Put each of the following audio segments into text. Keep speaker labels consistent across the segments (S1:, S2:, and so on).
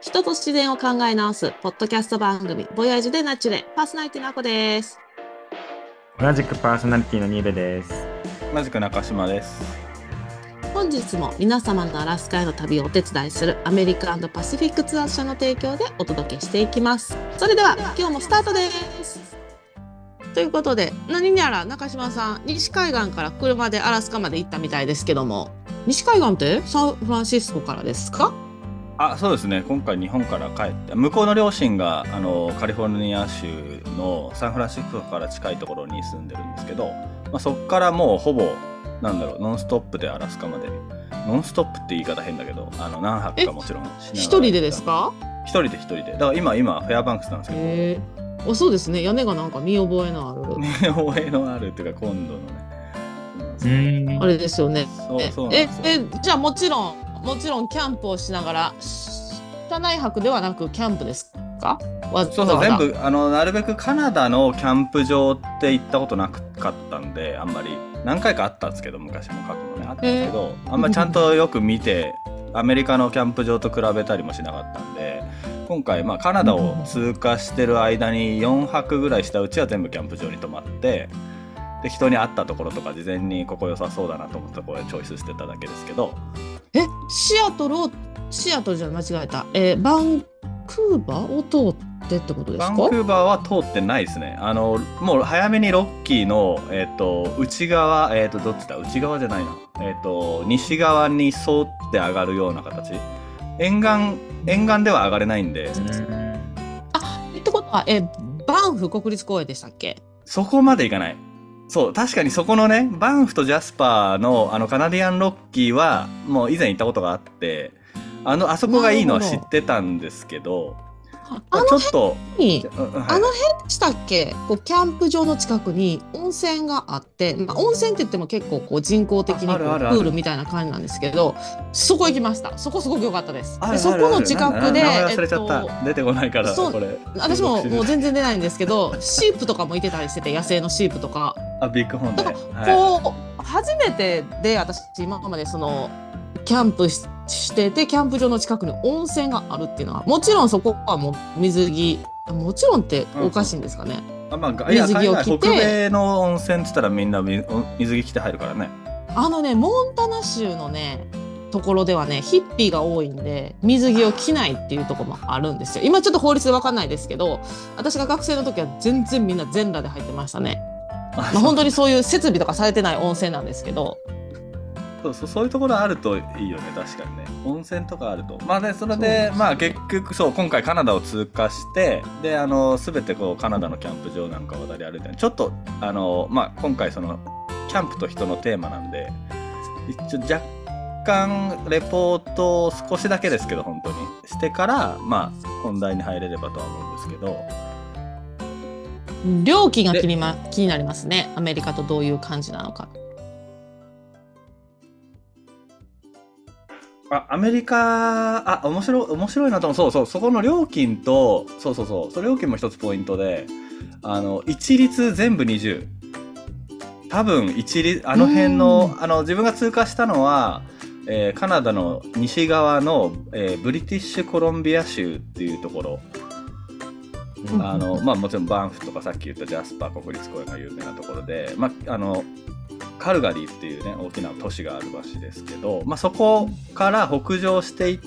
S1: 人と自然を考え直すポッドキャスト番組ボヤージュでナチュレ、パーソナリティのあこです。
S2: 同じくパーソナリティのニーベです。
S3: 同じく中島です。
S1: 本日も皆様のアラスカへの旅をお手伝いするアメリカ&パシフィックツアー社の提供でお届けしていきます。それでは今日もスタートです。ということで、何やら中島さん、西海岸から車でアラスカまで行ったみたいですけども、西海岸ってサンフランシスコからですか？
S3: そうですね。今回日本から帰って、向こうの両親がカリフォルニア州のサンフランシスコから近いところに住んでるんですけど、そこからもうほぼノンストップでアラスカまで。ノンストップって言い方変だけど、何泊かもちろんしながら。
S1: 一人でですか？
S3: 一人で。だから今フェアバンクスなんですけ
S1: ど。そうですね。屋根がなんか見覚えのある。
S3: 見覚えのあるっていうか、今度の
S1: ね。あれですよね。
S3: そうなんですよ。
S1: じゃあもちろんキャンプをしながら、車内泊ではなくキャンプですか？
S3: そう全部なるべくカナダのキャンプ場って行ったことなかったんで、あんまり何回かあったんですけど、昔も過去もねあったんですけど、あんまりちゃんとよく見てアメリカのキャンプ場と比べたりもしなかったんで、今回カナダを通過してる間に4泊ぐらいしたうちは全部キャンプ場に泊まって、で人に会ったところとか事前にここ良さそうだなと思ったところでチョイスしてただけですけど。
S1: シアトルじゃ間違えた。バンクーバーを通ってってことですか？
S3: バンクーバーは通ってないですね。もう早めにロッキーの、内側、どっちだ？内側じゃないな。西側に沿って上がるような形。沿岸では上がれないんで。
S1: ってことは、バンフ国立公園でしたっけ？
S3: そこまで行かない。そう、確かにそこのね、バンフとジャスパーのカナディアンロッキーはもう以前行ったことがあって、あそこがいいのは知ってたんですけど、ちょっと
S1: あの辺でしたっけ？キャンプ場の近くに温泉があって、温泉って言っても結構人工的にプールみたいな感じなんですけど、そこ行きました。そこすごく良かったです。そこの近くで、
S3: 忘れちゃった。出てこないからこれ。
S1: 私もう全然出ないんですけど、シープとかもいてたりしてて、野生のシープとか。
S3: ビッグホーンで。
S1: 初めてで私今までキャンプしてて、キャンプ場の近くに温泉があるっていうのは、もちろんそこはもう水着、もちろんっておかしいんですかね。
S3: 水着を着て、北米の温泉って言ったらみんな水着着て入るからね。
S1: モンタナ州のねところではね、ヒッピーが多いんで水着を着ないっていうところもあるんですよ。今ちょっと法律で分かんないですけど、私が学生の時は全然みんな全裸で入ってましたね。本当にそういう設備とかされてない温泉なんですけど。
S3: そういうところあるといいよね。確かにね、温泉とかあるとそれで結局今回カナダを通過して、で全てカナダのキャンプ場なんか渡り歩いて、ちょっと今回キャンプと人のテーマなんで、一応若干レポートを少しだけですけど本当にしてから、本題に入れればとは思うんですけど、
S1: 料金が気になりますね。アメリカとどういう感じなのか。
S3: アメリカ、面白いなと思う。そこの料金と、それ料金も一つポイントで、一律全部20。多分辺の、自分が通過したのは、カナダの西側の、ブリティッシュコロンビア州っていうところ。もちろんバンフとかさっき言ったジャスパー国立公園が有名なところで、カルガリーっていうね大きな都市がある場所ですけど、そこから北上していって、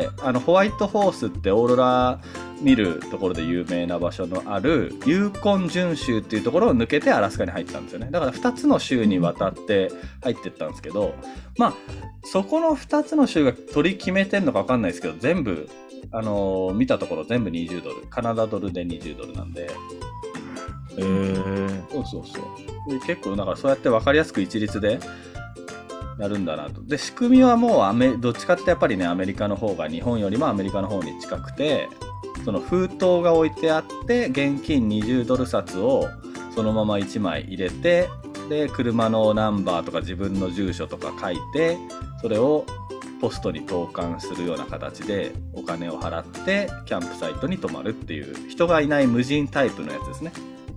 S3: ホワイトホースってオーロラ見るところで有名な場所のあるユーコン準州っていうところを抜けてアラスカに入ったんですよね。だから2つの州にわたって入ってったんですけど、そこの2つの州が取り決めてんのか分かんないですけど、全部見たところ全部20ドル、カナダドルで20ドルなんで、そうで結構だからそうやって分かりやすく一律でやるんだなと。で仕組みはもうどっちかってやっぱりね、アメリカの方が日本よりもアメリカの方に近くて、その封筒が置いてあって現金20ドル札をそのまま1枚入れて、で車のナンバーとか自分の住所とか書いて、それをポストに投函するような形でお金を払ってキャンプサイトに泊まるっていう人がいない無人タイプのやつですね。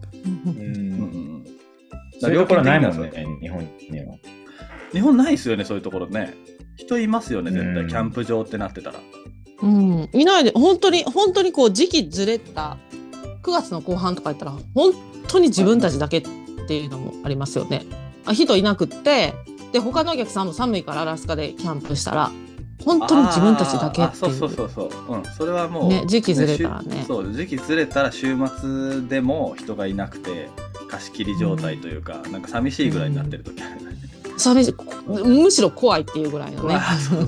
S2: そういうところないもんね、日本には。
S3: 日本ないですよね、そういうところね。人いますよね、絶対、キャンプ場ってなってたら。
S1: うん、いないで本当にこう時期ずれた9月の後半とかやったら本当に自分たちだけっていうのもありますよね。人いなくってで他のお客さんも寒いからアラスカでキャンプしたら本当に自分たちだけっていう。
S3: そう、それはもう、
S1: ね、時期ずれたらね。
S3: そう時期ずれたら週末でも人がいなくて貸し切り状態というか、なんか寂しいぐらいになってる時ある、
S1: むしろ怖いっていうぐらいのね。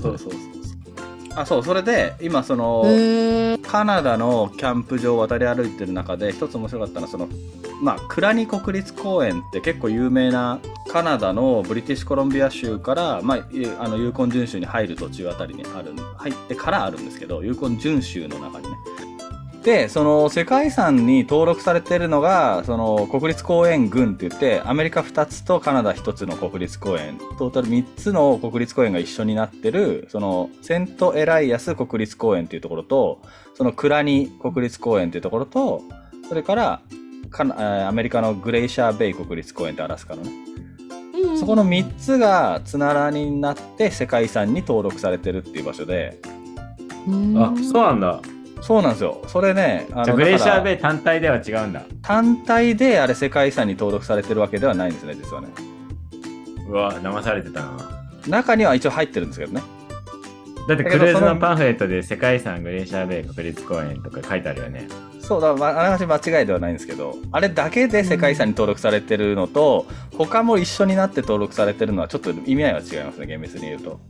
S3: そうそれで今そのカナダのキャンプ場を渡り歩いてる中で一つ面白かったのはクラニ国立公園って結構有名なカナダのブリティッシュコロンビア州から、ユーコン準州に入る途中あたりに入ってからあるんですけど、ユーコン準州の中にね。でその世界遺産に登録されているのがその国立公園群って言ってアメリカ2つとカナダ1つの国立公園トータル3つの国立公園が一緒になってるそのセントエライアス国立公園っていうところとそのクラニ国立公園っていうところとそれからアメリカのグレイシャーベイ国立公園ってアラスカのね、そこの3つがつながりになって世界遺産に登録されてるっていう場所で、
S2: あ、そうなんだ。
S3: そうなんですよ。それね、
S2: じゃグレイシャーベイ単体では違うんだ。
S3: 単体であれ世界遺産に登録されてるわけではないんですね、実はね。
S2: うわ、騙されてたな。
S3: 中には一応入ってるんですけどね。
S2: だってクルーズのパンフレットで世界遺産グレイシャーベイ国立公園とか書いてあるよね。
S3: そうだ、あながち間違いではないんですけど、あれだけで世界遺産に登録されてるのと、他も一緒になって登録されてるのはちょっと意味合いは違いますね、厳密に言うと。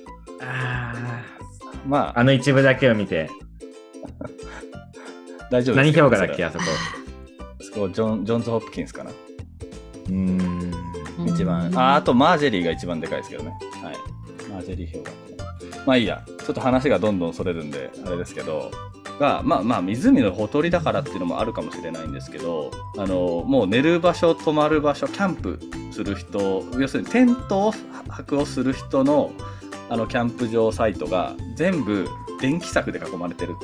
S2: あの一部だけを見て
S3: 大丈夫です。
S2: 何評価だっけ、あそこ。
S3: そこジョンズ・ホプキンスかな。一番。あとマージェリーが一番でかいですけどね。はい。マージェリー評価。まあいいや。ちょっと話がどんどんそれるんで、あれですけど。湖のほとりだからっていうのもあるかもしれないんですけど、もう寝る場所、泊まる場所、キャンプする人、要するにテントを泊をする人の、キャンプ場サイトが全部電気柵で囲まれてるって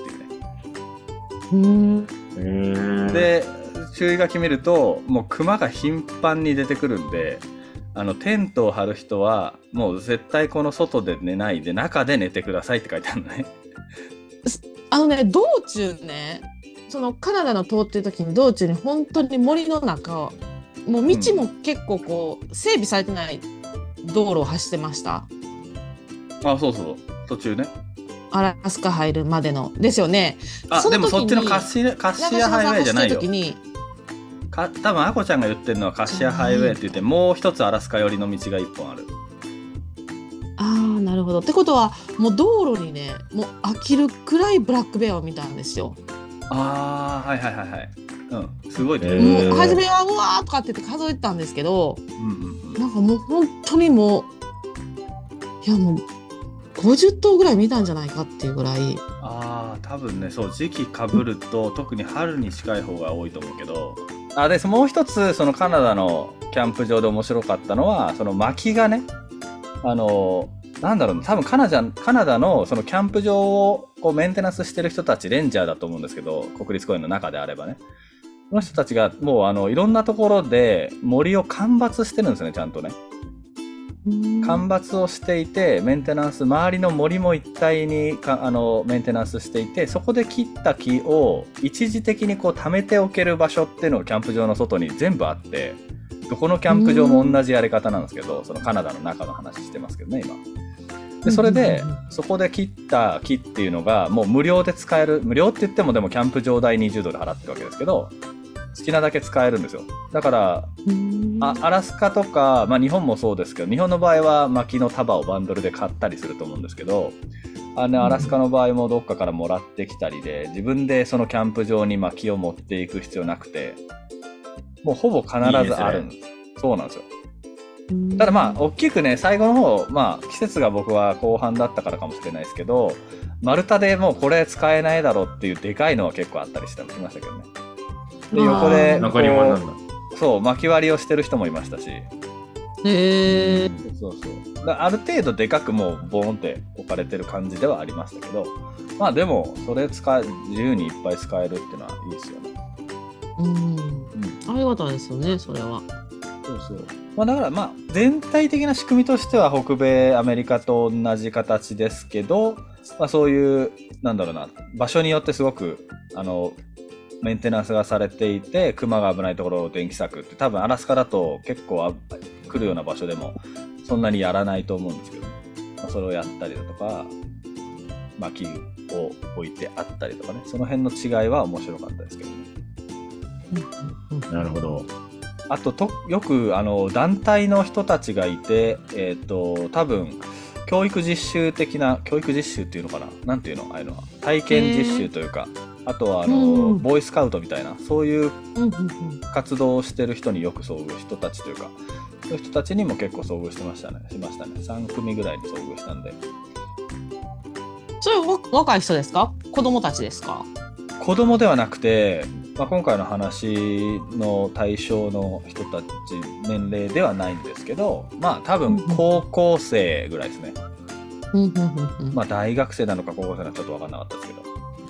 S3: いうね。で注意書き見るともうクマが頻繁に出てくるんでテントを張る人はもう絶対この外で寝ないで中で寝てくださいって書いてあるのね。
S1: 道中ねそのカナダの通ってる時に道中に本当に森の中もう道も結構こう整備されてない道路を走ってました。
S3: そう途中ね
S1: アラスカ入るまでのですよね。
S3: でもそっちのカッシアハイウェイじゃないよ。多分アコちゃんが言ってるのはカッシアハイウェイって言ってもう一つアラスカ寄りの道が一本ある。
S1: なるほど。ってことはもう道路にねもう飽きるくらいブラックベアを見たんですよ。
S3: はいすごいね。
S1: もう初めはうわーとかって言って数えてたんですけど、なんかもう本当にもう50頭ぐらい見たんじゃないかっていうぐらい。
S3: 多分ねそう時期かぶると特に春に近い方が多いと思うけど。でもう一つそのカナダのキャンプ場で面白かったのはその薪がねなんだろうね多分カナダのそのキャンプ場をこうメンテナンスしてる人たちレンジャーだと思うんですけど国立公園の中であればねその人たちがもういろんなところで森を間伐してるんですよねちゃんとね。間伐をしていてメンテナンス周りの森も一体にメンテナンスしていてそこで切った木を一時的にこう貯めておける場所っていうのがキャンプ場の外に全部あってどこのキャンプ場も同じやり方なんですけどそのカナダの中の話してますけどね今でそれでそこで切った木っていうのがもう無料で使える無料って言ってもでもキャンプ場代20ドル払ってるわけですけど好きなだけ使えるんですよ。だからアラスカとか、日本もそうですけど日本の場合は薪の束をバンドルで買ったりすると思うんですけどアラスカの場合もどっかからもらってきたりで自分でそのキャンプ場に薪を持っていく必要なくてもうほぼ必ずあるんです。そうなんですよ。ただ大きくね最後の方季節が僕は後半だったからかもしれないですけど丸太でもうこれ使えないだろうっていうでかいのは結構あったりしましたけどね。で横で
S2: 残り物なんだ。
S3: そう薪割りをしてる人もいましたしそうある程度でかくもうボーンって置かれてる感じではありましたけどでもそれ自由にいっぱい使えるっていうのはいいですよね。
S1: ありがたいですよねそれは。
S3: だから全体的な仕組みとしては北米アメリカと同じ形ですけど、そういうなんだろうな、場所によってすごくメンテナンスがされていて、熊が危ないところを電気柵って多分アラスカだと結構来るような場所でもそんなにやらないと思うんですけど、それをやったりだとか、木を置いてあったりとかね、その辺の違いは面白かったですけどね。
S2: なるほど。
S3: あとよく団体の人たちがいて、多分教育実習っていうのかな、なんていうの、ああいうのは体験実習というか、あとはボーイスカウトみたいな、そういう活動をしてる人によく遭遇、人たちというか、そういう人たちにも結構遭遇しましたね。3組ぐらいに遭遇したんで。
S1: それ若い人ですか？子供たちですか？
S3: 子供ではなくて、今回の話の対象の人たち年齢ではないんですけど、多分高校生ぐらいですね。大学生なのか高校生なのかちょっと分かんなかったですけど。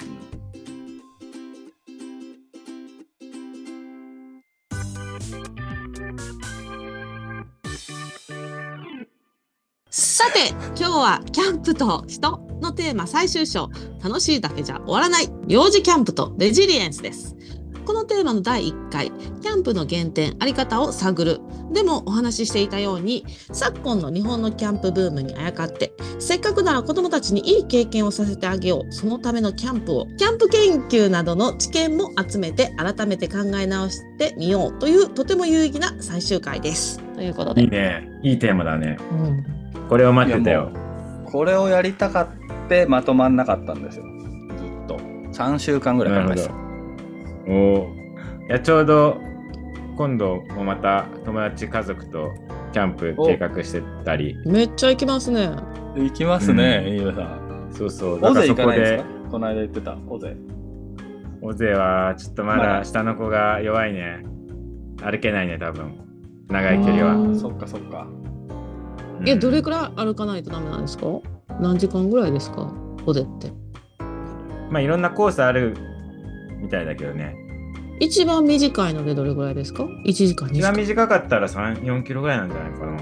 S1: さて、今日はキャンプと人のテーマ最終章、楽しいだけじゃ終わらない幼児キャンプとレジリエンスです。このテーマの第1回、キャンプの原点、あり方を探る。でもお話ししていたように、昨今の日本のキャンプブームにあやかって、せっかくなら子どもたちにいい経験をさせてあげよう。そのためのキャンプ研究などの知見も集めて、改めて考え直してみようという、とても有意義な最終回です。ということで。
S2: いいね。いいテーマだね。これを待ってたよ。
S3: これをやりたかってまとまんなかったんですよ。ずっと。3週間ぐらいかかりました。
S2: いや、ちょうど今度もまた友達家族とキャンプ計画してたり。
S1: めっちゃ行きますね。
S3: 行きますね、飯尾さん。
S2: そうそう。
S3: 大勢行かないですか？この間言ってた
S2: 大勢はちょっとまだ下の子が弱いね。歩けないね、多分。長い距離は。
S3: そっかそっか。
S1: どれくらい歩かないとダメなんですか？何時間ぐらいですか？尾瀬って。
S2: いろんなコースあるみたいだけどね。
S1: 一番短いのでどれぐらいですか？1時間、2時間。
S2: 一番短かったら3、4キロぐらいなんじゃないか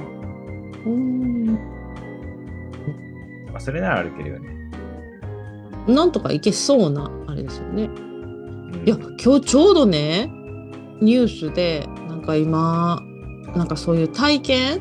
S2: な。それなら歩けるよね。
S1: なんとか行けそうなあれですよね。いや、今日ちょうどね、ニュースで今そういう体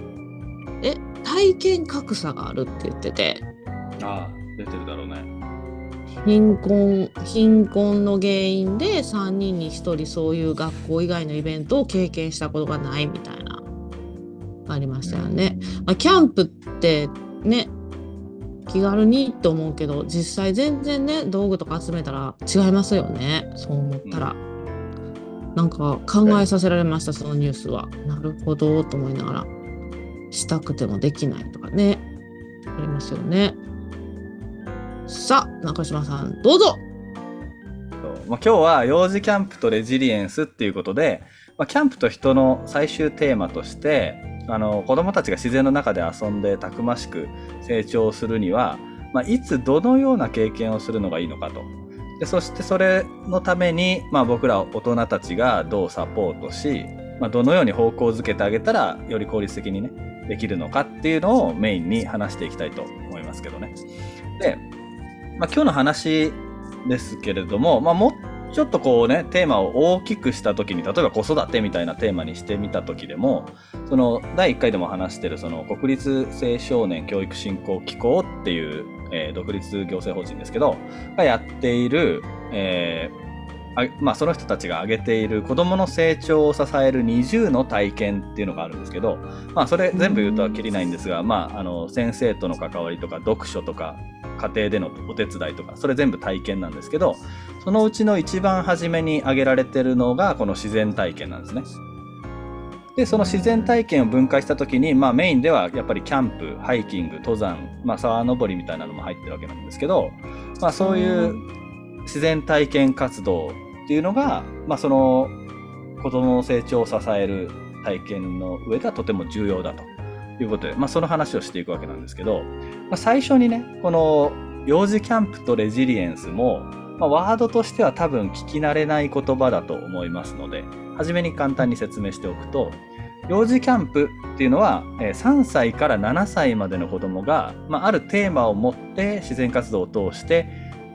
S1: 験格差があるって言ってて。
S3: 出てるだろうね。
S1: 貧困の原因で3人に1人そういう学校以外のイベントを経験したことがないみたいなありましたよね。キャンプってね、気軽にって思うけど、実際全然ね、道具とか集めたら違いますよね。そう思ったら、考えさせられました、そのニュースは。なるほどと思いながら、したくてもできないとかね、ありますよね。さあ、中島さんどうぞ。
S3: 今日は幼児キャンプとレジリエンスっていうことで、キャンプと人の最終テーマとして、子どもたちが自然の中で遊んでたくましく成長するには、いつどのような経験をするのがいいのかと。でそしてそれのために、僕ら大人たちがどうサポートし、どのように方向づけてあげたらより効率的にねできるのかっていうのをメインに話していきたいと思いますけどね。で、今日の話ですけれども、もうちょっとテーマを大きくした時に、例えば子育てみたいなテーマにしてみた時でも、その第1回でも話してるその国立青少年教育振興機構っていう、独立行政法人ですけどがやっている、その人たちが挙げている子どもの成長を支える20の体験っていうのがあるんですけど、それ全部言うとはきりないんですが、先生との関わりとか読書とか家庭でのお手伝いとか、それ全部体験なんですけど、そのうちの一番初めに挙げられてるのがこの自然体験なんですね。でその自然体験を分解した時に、メインではやっぱりキャンプ、ハイキング、登山、沢登りみたいなのも入ってるわけなんですけど、そういう自然体験活動っていうのが、その子どもの成長を支える体験の上ではとても重要だということで、その話をしていくわけなんですけど、最初にね、この幼児キャンプとレジリエンスも、ワードとしては多分聞き慣れない言葉だと思いますので、初めに簡単に説明しておくと、幼児キャンプっていうのは3歳から7歳までの子どもが、あるテーマを持って自然活動を通して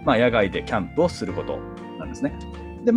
S3: 野外でキャンプをすることなんですね。で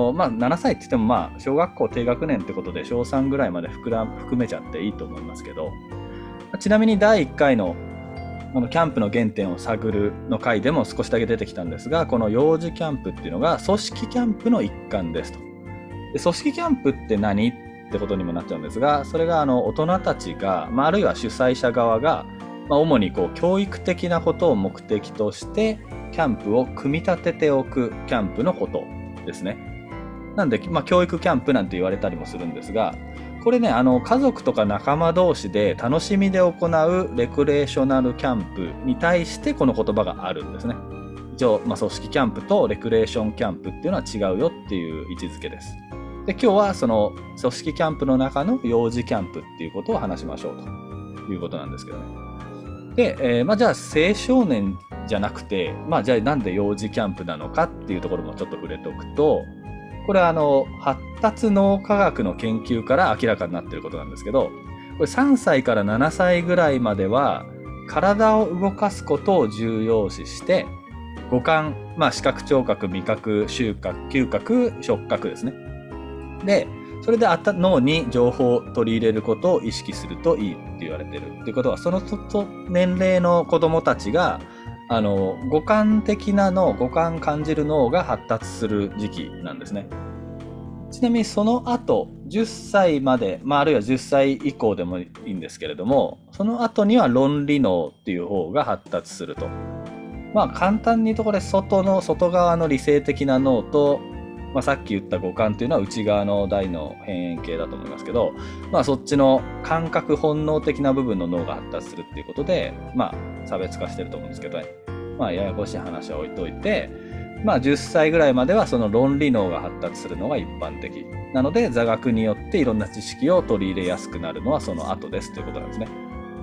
S3: 7歳って言っても小学校低学年ってことで小3ぐらいまで含めちゃっていいと思いますけど、ちなみに第1回のこのキャンプの原点を探るの回でも少しだけ出てきたんですが、この幼児キャンプっていうのが組織キャンプの一環ですと。で組織キャンプって何ってことにもなっちゃうんですが、それが大人たちが、あるいは主催者側が、主に教育的なことを目的としてキャンプを組み立てておくキャンプのことですね。なんで、教育キャンプなんて言われたりもするんですが、これね、家族とか仲間同士で楽しみで行うレクレーショナルキャンプに対してこの言葉があるんですね。一応、組織キャンプとレクレーションキャンプっていうのは違うよっていう位置づけです。で、今日はその組織キャンプの中の幼児キャンプっていうことを話しましょうということなんですけどね。で、じゃあ青少年じゃなくて、じゃあなんで幼児キャンプなのかっていうところもちょっと触れておくと、これは発達脳科学の研究から明らかになっていることなんですけど、これ3歳から7歳ぐらいまでは体を動かすことを重要視して、五感、視覚、聴覚、味覚、嗅覚、嗅覚、触覚ですね。で、それで脳に情報を取り入れることを意識するといいって言われてるっていうことは、その年齢の子供たちが五感的な脳、五感感じる脳が発達する時期なんですね。ちなみにその後10歳まで、あるいは10歳以降でもいいんですけれども、その後には論理脳っていう方が発達すると。簡単に言うとこれ外側の理性的な脳と、さっき言った五感っていうのは内側の大脳辺縁系だと思いますけど、そっちの感覚本能的な部分の脳が発達するっていうことで、差別化してると思うんですけどね。ややこしい話は置いといて、10歳ぐらいまではその論理脳が発達するのが一般的なので、座学によっていろんな知識を取り入れやすくなるのはその後ですということなんですね。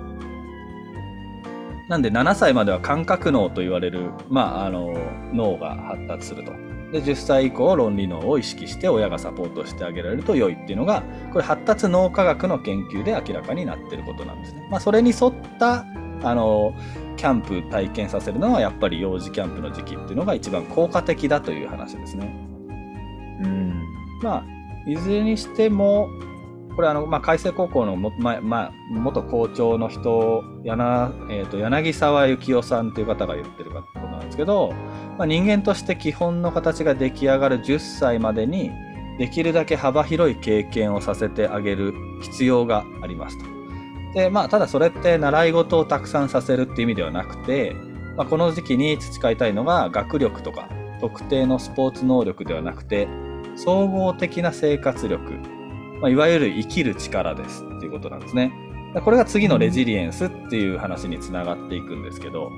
S3: なんで7歳までは感覚脳と言われる、脳が発達すると。で、10歳以降論理脳を意識して親がサポートしてあげられると良いっていうのが、これ発達脳科学の研究で明らかになっていることなんですね。それに沿ったキャンプ体験させるのはやっぱり幼児キャンプの時期っていうのが一番効果的だという話ですね。いずれにしてもこれ開成高校の元校長の人、柳沢幸男さんという方が言ってることなんですけど、人間として基本の形が出来上がる10歳までにできるだけ幅広い経験をさせてあげる必要がありますと。で、ただそれって習い事をたくさんさせるっていう意味ではなくて、この時期に培いたいのが学力とか特定のスポーツ能力ではなくて、総合的な生活力、いわゆる生きる力ですっていうことなんですね。これが次のレジリエンスっていう話につながっていくんですけど、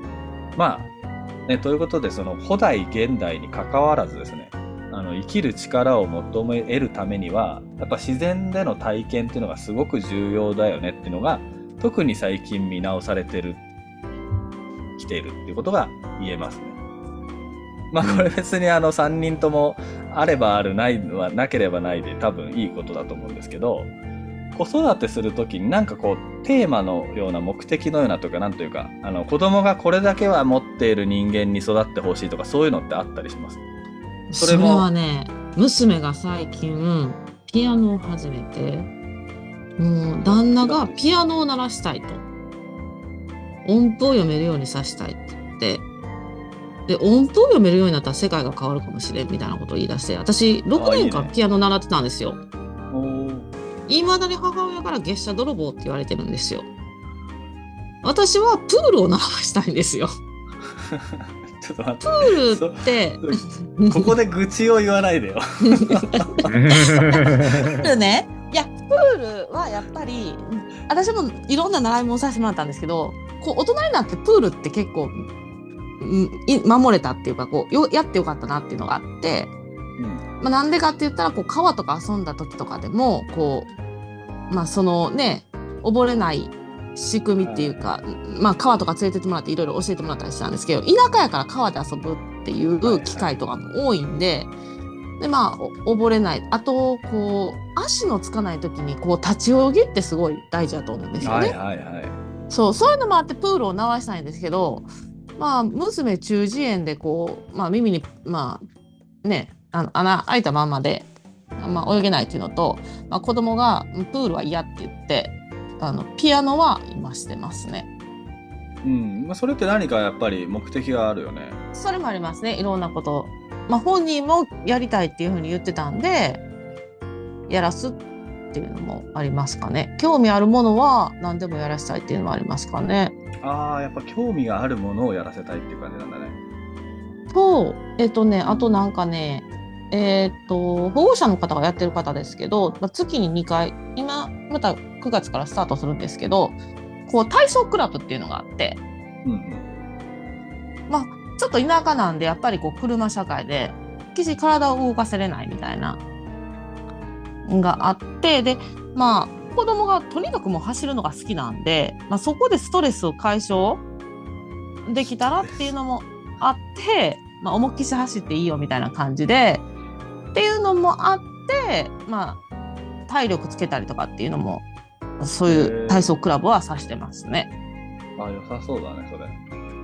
S3: ということでその古代現代に関わらずですね、生きる力を求め得るためにはやっぱ自然での体験っていうのがすごく重要だよねっていうのが特に最近見直されてきているっていうことが言えますね。これ別に3人ともあればあるないはなければないで多分いいことだと思うんですけど、子育てするときにテーマのような目的のようなとか、なんというか子供がこれだけは持っている人間に育ってほしいとか、そういうのってあったりします？
S1: それはね、娘が最近ピアノを始めて、もう旦那がピアノを鳴らしたいと、音符を読めるようにさせたいって言って、で音符を読めるようになったら世界が変わるかもしれんみたいなことを言い出して、私6年間ピアノ習ってたんですよ。いまだに母親から月謝泥棒って言われてるんですよ。私はプールを習わしたいんですよ。
S3: ちょっと待って、
S1: プールって
S3: ここで愚痴を言わないでよ。
S1: プールね、いやプールはやっぱり私もいろんな習い物させてもらったんですけど、大人になってプールって結構守れたっていうか、やってよかったなっていうのがあって、なんでかって言ったら川とか遊んだ時とかでもそのね溺れない仕組みっていうか、川とか連れてってもらっていろいろ教えてもらったりしたんですけど、田舎やから川で遊ぶっていう機会とかも多いんで、溺れない。あと足のつかない時に立ち泳ぎってすごい大事だと思うんですよね。そういうのもあってプールを習わしたいんですけど、 まあ娘中耳炎でこう、まあ、耳にまあね穴開いたままで、まあ、泳げないっていうのと、まあ、子供がプールは嫌って言ってピアノは今してますね。
S3: まあ、それって何かやっぱり目的があるよね。
S1: それもありますね。いろんなこと、まあ、本人もやりたいっていうふうに言ってたんでやらすっていうのもありますかね。興味あるものは何でもやらせたいっていうのもありますかね。
S3: やっぱ興味があるものをやらせたいっていう感じなんだね。
S1: とあとなんかね保護者の方がやってる方ですけど、まあ、月に2回今また9月からスタートするんですけど、こう体操クラブっていうのがあって、まあちょっと田舎なんでやっぱりこう車社会で決して体を動かせれないみたいながあって、でまあ子供がとにかくもう走るのが好きなんで、まあ、そこでストレスを解消できたらっていうのもあって、まあ、思いっきし走っていいよみたいな感じでっていうのもあって、まあ、体力つけたりとかっていうのもそういう体操クラブは指してますね。
S3: 良さそうだねそれ。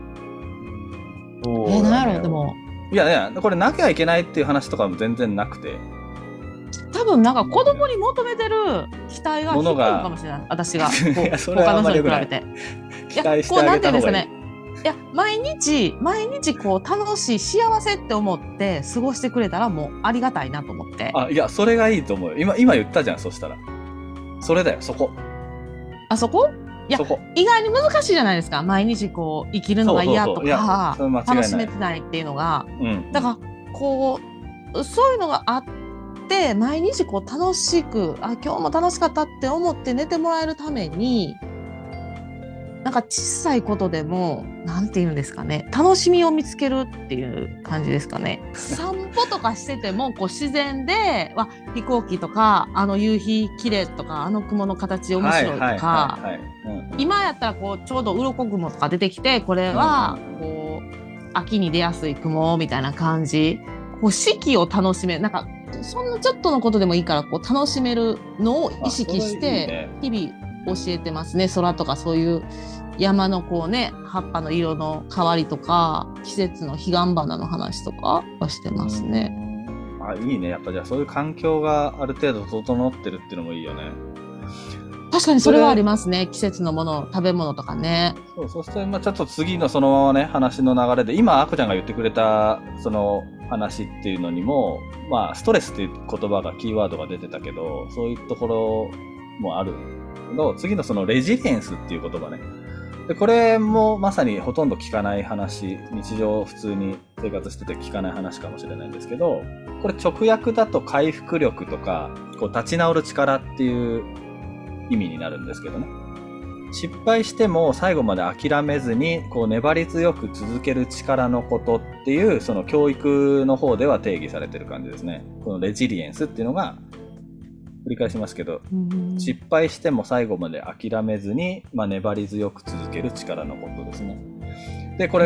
S1: なんやろでも
S3: いやこれなきゃいけないっていう話とかも全然なくて、
S1: 多分なんか子供に求めてる期待が低いのかもしれない。私が他の人に比べて
S3: 期待してあげた方がいい。
S1: いや毎日こう楽しい幸せって思って過ごしてくれたらもうありがたいなと思って。
S3: いやそれがいいと思うよ。今言ったじゃん。そしたらそれだよ。そこいや意外に難しいじゃないですか。毎日こう生きるのが嫌とか楽しめてないっていうのが、だからこうそういうのがあって毎日こう楽しく今日も楽しかったって思って寝てもらえるためになんか小さいことでもなんていうんですかね、楽しみを見つけるっていう感じですかね。散歩とかしててもこう自然で飛行機とか夕日綺麗とか雲の形面白いとか、今やったらこうちょうど鱗雲とか出てきてこれはこう秋に出やすい雲みたいな感じ、こう四季を楽しめる、なんかそんなちょっとのことでもいいからこう楽しめるのを意識して日々教えてますね。空とかそういう山のこうね葉っぱの色の変わりとか季節の彼岸花の話とかはしてますね。 いいね。やっぱじゃあそういう環境がある程度整ってるっていうのもいいよね。
S1: 確かにそれはありますね。季節のもの食べ物とかね。
S3: そうしてちょっと次のそのままね話の流れで今あこちゃんが言ってくれたその話っていうのにもストレスっていう言葉がキーワードが出てたけどそういうところもあるけど、次のそのレジリエンスっていう言葉ね。でこれもまさにほとんど聞かない話、日常普通に生活してて聞かない話かもしれないんですけど、これ直訳だと回復力とかこう立ち直る力っていう意味になるんですけどね。失敗しても最後まで諦めずにこう粘り強く続ける力のことっていうその教育の方では定義されてる感じですね。このレジリエンスっていうのが繰り返しますけど、失敗しても最後まで諦めずに、粘り強く続ける力のことですね。でこれ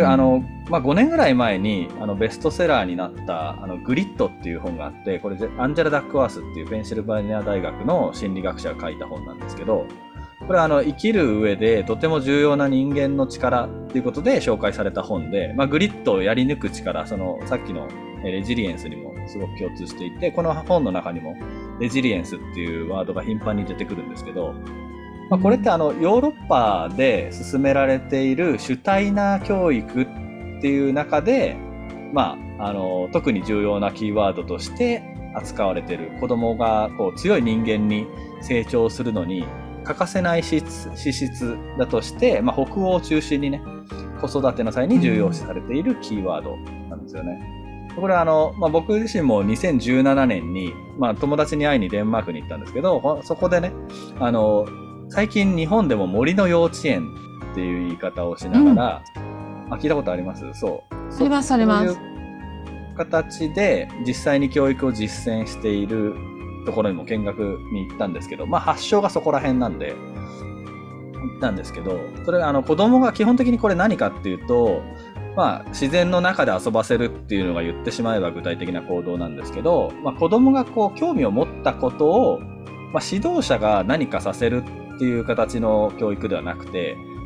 S3: 5年ぐらい前にベストセラーになったグリッドっていう本があって、これアンジェラ・ダックワースっていうペンシルバニア大学の心理学者が書いた本なんですけど、これ生きる上でとても重要な人間の力っていうことで紹介された本で、グリッドをやり抜く力、さっきのレジリエンスにもすごく共通していて、この本の中にもレジリエンスっていうワードが頻繁に出てくるんですけど、これってヨーロッパで進められているシュタイナー教育っていう中で、特に重要なキーワードとして扱われている、子供がこう強い人間に成長するのに欠かせない資質だとして、北欧を中心にね、子育ての際に重要視されているキーワードなんですよね。これ僕自身も2017年に、友達に会いにデンマークに行ったんですけど、そこでね、最近日本でも森の幼稚園っていう言い方をしながら、聞いたことあります？そう。
S1: ありますあります。
S3: そういう形で実際に教育を実践しているところにも見学に行ったんですけど、発祥がそこら辺なんで、行ったんですけど、それ子供が基本的にこれ何かっていうと、自然の中で遊ばせるっていうのが言ってしまえば具体的な行動なんですけど、子供がこう興味を持ったことを、指導者が何かさせるっていう形の教育ではなくて、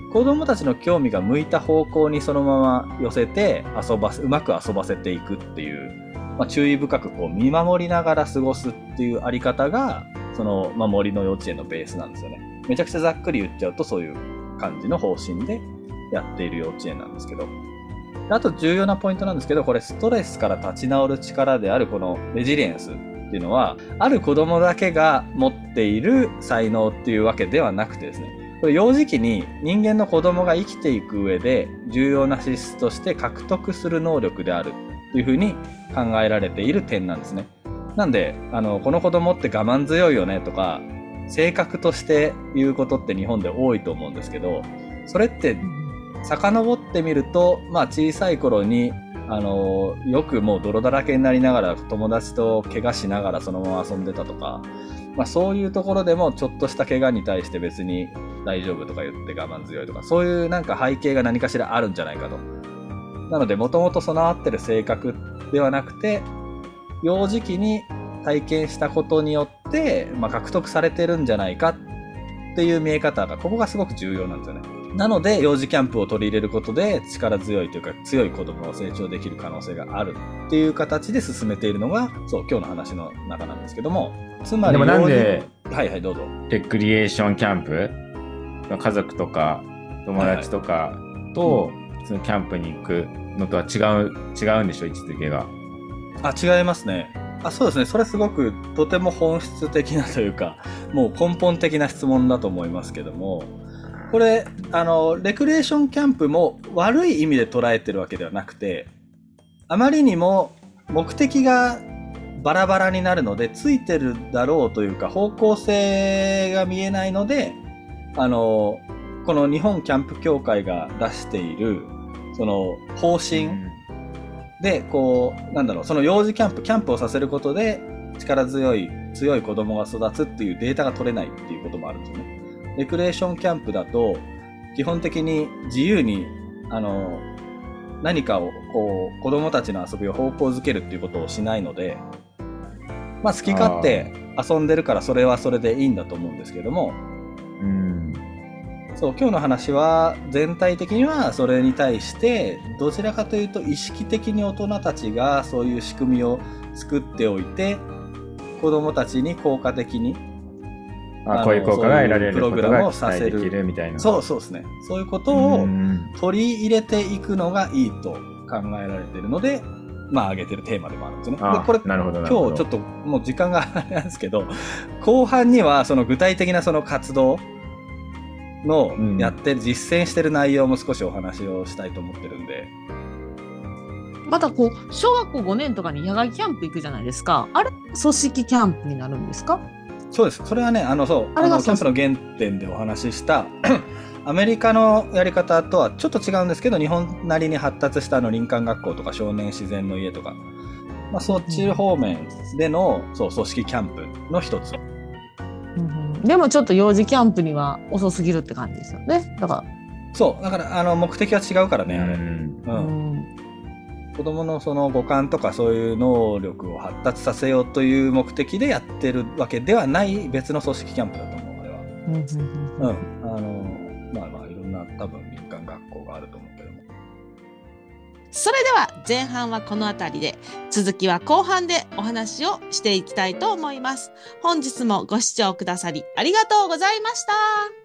S3: 子供たちの興味が向いた方向にそのまま寄せてうまく遊ばせていくっていう、注意深くこう見守りながら過ごすっていうあり方がその森の幼稚園のベースなんですよね。めちゃくちゃざっくり言っちゃうとそういう感じの方針でやっている幼稚園なんですけど、あと重要なポイントなんですけど、これストレスから立ち直る力であるこのレジリエンスっていうのはある子供だけが持っている才能っていうわけではなくてですね、これ幼児期に人間の子供が生きていく上で重要な資質として獲得する能力であるというふうに考えられている点なんですね。なんでこの子供って我慢強いよねとか性格として言うことって日本で多いと思うんですけど、それって遡ってみると、小さい頃によくもう泥だらけになりながら友達と怪我しながらそのまま遊んでたとか、そういうところでもちょっとした怪我に対して別に大丈夫とか言って我慢強いとか、そういうなんか背景が何かしらあるんじゃないかと。なのでもともと備わってる性格ではなくて、幼児期に体験したことによって、獲得されてるんじゃないかっていう見え方が、ここがすごく重要なんですよね。なので幼児キャンプを取り入れることで力強いというか強い子供が成長できる可能性があるっていう形で進めているのが今日の話の中なんですけども、つまり
S2: でもなんで
S3: はいどうぞ。
S2: レクリエーションキャンプ、家族とか友達とかとそのキャンプに行くのとは違うんでしょ、位置づけが。
S3: 違いますね。そうですね。それすごくとても本質的なというか、もう根本的な質問だと思いますけども、これレクリエーションキャンプも悪い意味で捉えてるわけではなくて、あまりにも目的がバラバラになるのでついてるだろうというか方向性が見えないので、この日本キャンプ協会が出しているその方針でその幼児キャンプをさせることで力強い子供が育つっていうデータが取れないっていうこともあるんですよね。レクリエーションキャンプだと基本的に自由に何かを子供たちの遊びを方向づけるっていうことをしないので、好き勝手遊んでるからそれはそれでいいんだと思うんですけども、今日の話は全体的にはそれに対してどちらかというと意識的に大人たちがそういう仕組みを作っておいて子供たちに効果的に
S2: こういう効果が得られる
S3: プログラムをさせる
S2: できるみたいな。
S3: そうですね。そういうことを取り入れていくのがいいと考えられているので、挙げてるテーマでもあるんですよね。でこれ
S2: なるほど
S3: 今日ちょっともう時間があれなんですけど、後半にはその具体的なその活動のやってる、実践してる内容も少しお話をしたいと思ってるんで。
S1: また小学校5年とかに野外キャンプ行くじゃないですか。あれ組織キャンプになるんですか？
S3: そうです。それはね、キャンプの原点でお話ししたアメリカのやり方とはちょっと違うんですけど、日本なりに発達した林間学校とか少年自然の家とか、そっち方面での組織キャンプの一つ。
S1: でもちょっと幼児キャンプには遅すぎるって感じですよね。だから
S3: 目的は違うからね、あれ。子供のその五感とかそういう能力を発達させようという目的でやってるわけではない別の組織キャンプだと思う、あれは。いろんな多分林間学校があると思うけども。
S1: それでは前半はこの辺りで、続きは後半でお話をしていきたいと思います。本日もご視聴くださりありがとうございました。